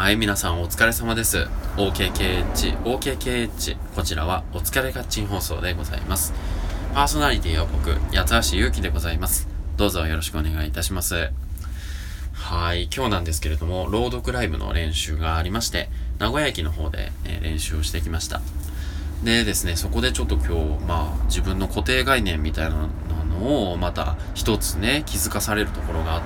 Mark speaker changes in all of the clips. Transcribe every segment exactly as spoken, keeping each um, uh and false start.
Speaker 1: はい、皆さんお疲れ様です。オーケーケーエイチ、オーケーケーエイチ、こちらはお疲れガッチン放送でございます。パーソナリティは僕、八橋ゆうきでございます。どうぞよろしくお願いいたします。はい、今日なんですけれども、朗読ライブの練習がありまして、名古屋駅の方で、えー、練習をしてきました。でですね、そこでちょっと今日、まあ、自分の固定概念みたいなのをまた一つね、気づかされるところがあって、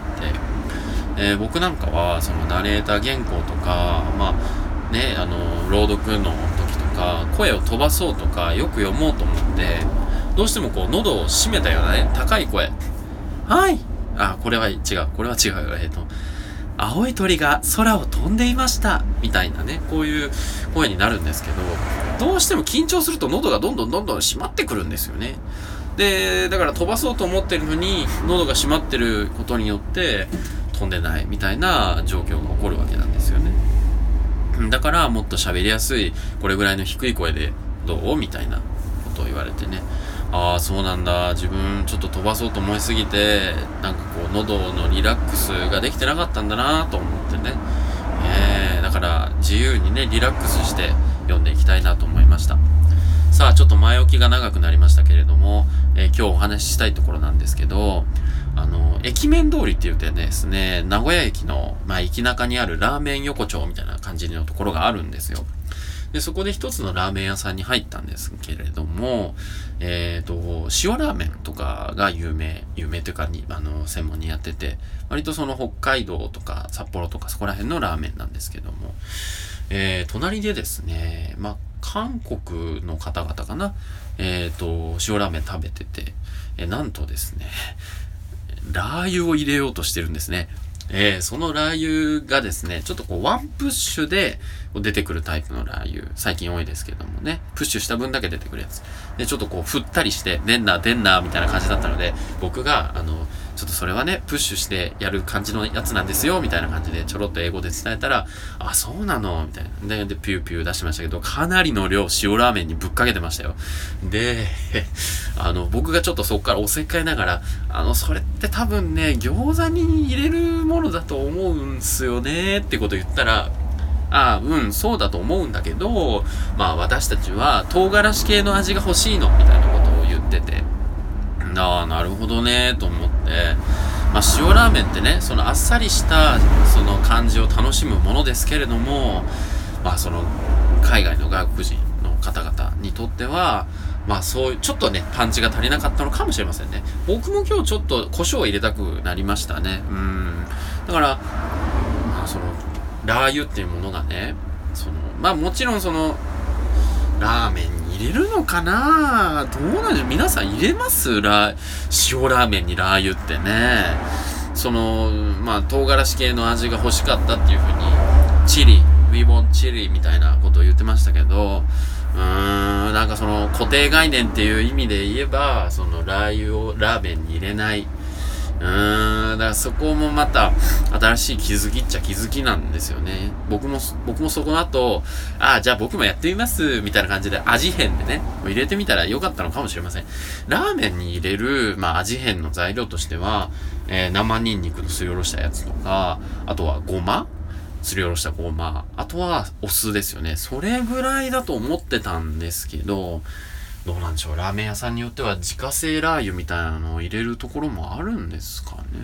Speaker 1: えー、僕なんかはそのナレーター原稿とか、まあね、あの朗読の時とか声を飛ばそうとかよく読もうと思ってどうしてもこう喉を締めたようなね高い声、はいあこれは違うこれは違うえっと青い鳥が空を飛んでいましたみたいなねこういう声になるんですけど、どうしても緊張すると喉がどんどんどんどん締まってくるんですよね。でだから飛ばそうと思ってるのに喉が締まってることによって飛んでないみたいな状況が起こるわけなんですよね。だからもっと喋りやすいこれぐらいの低い声でどうみたいなことを言われてね、ああそうなんだ、自分ちょっと飛ばそうと思いすぎてなんかこう喉のリラックスができてなかったんだなと思ってね、えー、だから自由にねリラックスして読んでいきたいなと思いました。さあちょっと前置きが長くなりましたけれども、えー、今日お話ししたいところなんですけど、あの駅面通りって言ってですね、名古屋駅の、まあ、駅中にあるラーメン横丁みたいな感じのところがあるんですよ。でそこで一つのラーメン屋さんに入ったんですけれども、えっと塩ラーメンとかが有名有名というかにあの専門にやってて、割とその北海道とか札幌とかそこら辺のラーメンなんですけども、えー、隣でですね、まあ韓国の方々かな、えっと塩ラーメン食べてて、えー、なんとですねラー油を入れようとしてるんですね。えー、そのラー油がですね、ちょっとこうワンプッシュで出てくるタイプのラー油、最近多いですけどもね、プッシュした分だけ出てくるやつ。で、ちょっとこう振ったりして、でんな、でんな、みたいな感じだったので、僕が、あの、ちょっとそれはね、プッシュしてやる感じのやつなんですよ、みたいな感じでちょろっと英語で伝えたら、あ、そうなのみたいな。で、でピューピュー出しましたけど、かなりの量塩ラーメンにぶっかけてましたよ。で、あの、僕がちょっとそこからおせっかいながら、あの、それって多分ね、餃子に入れるものだと思うんすよねってこと言ったら、ああ、うん、そうだと思うんだけど、まあ私たちは唐辛子系の味が欲しいの、みたいなことを言ってて、ああ、なるほどね、と思って、まあ塩ラーメンってね、そのあっさりしたその感じを楽しむものですけれども、まあその海外の外国人の方々にとっては、まあそういうちょっとねパンチが足りなかったのかもしれませんね。僕も今日ちょっと胡椒を入れたくなりましたね。うん。だからまあそのラー油っていうものがね、そのまあもちろんそのラーメンに入れるのかな、どうなんでしょう。皆さん入れますラ塩ラーメンにラー油ってね。そのまあ唐辛子系の味が欲しかったっていう風にチリ We want チリみたいなことを言ってましたけど、うーんなんかその固定概念っていう意味で言えば、そのラー油をラーメンに入れない、うーんだからそこもまた新しい気づきっちゃ気づきなんですよね。僕も僕もそこの後、ああじゃあ僕もやってみますみたいな感じで味変でね入れてみたらよかったのかもしれません。ラーメンに入れる、まあ、味変の材料としては、えー、生ニンニクのすりおろしたやつとか、あとはごますりおろしたごま、あとはお酢ですよね。それぐらいだと思ってたんですけど、どうなんでしょう。ラーメン屋さんによっては自家製ラー油みたいなのを入れるところもあるんですかね。うん、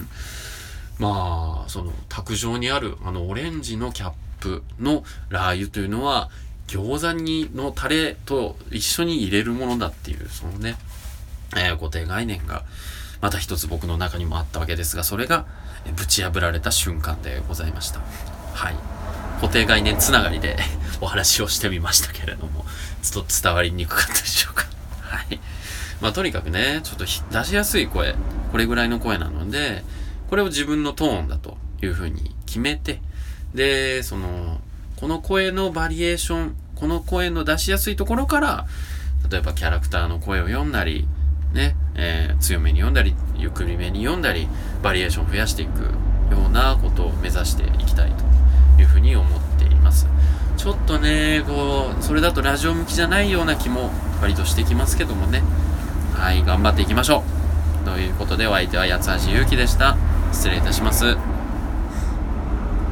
Speaker 1: まあその卓上にあるあのオレンジのキャップのラー油というのは餃子にのタレと一緒に入れるものだっていうそのね、えー、固定概念がまた一つ僕の中にもあったわけですが、それがぶち破られた瞬間でございました。はい。固定概念つながりでお話をしてみましたけれども、ちょっと伝わりにくかったでしょうか。はい。まあとにかくね、ちょっと出しやすい声、これぐらいの声なので、これを自分のトーンだというふうに決めて、で、その、この声のバリエーション、この声の出しやすいところから、例えばキャラクターの声を読んだり、ね、えー、強めに読んだり、ゆっくりめに読んだり、バリエーションを増やしていくようなことを目指していきたいというふうに思っています。ちょっとね、こう、それだとラジオ向きじゃないような気も割としてきますけどもね。はい、頑張っていきましょう。ということで、お相手は八橋ゆうきでした。失礼いたします。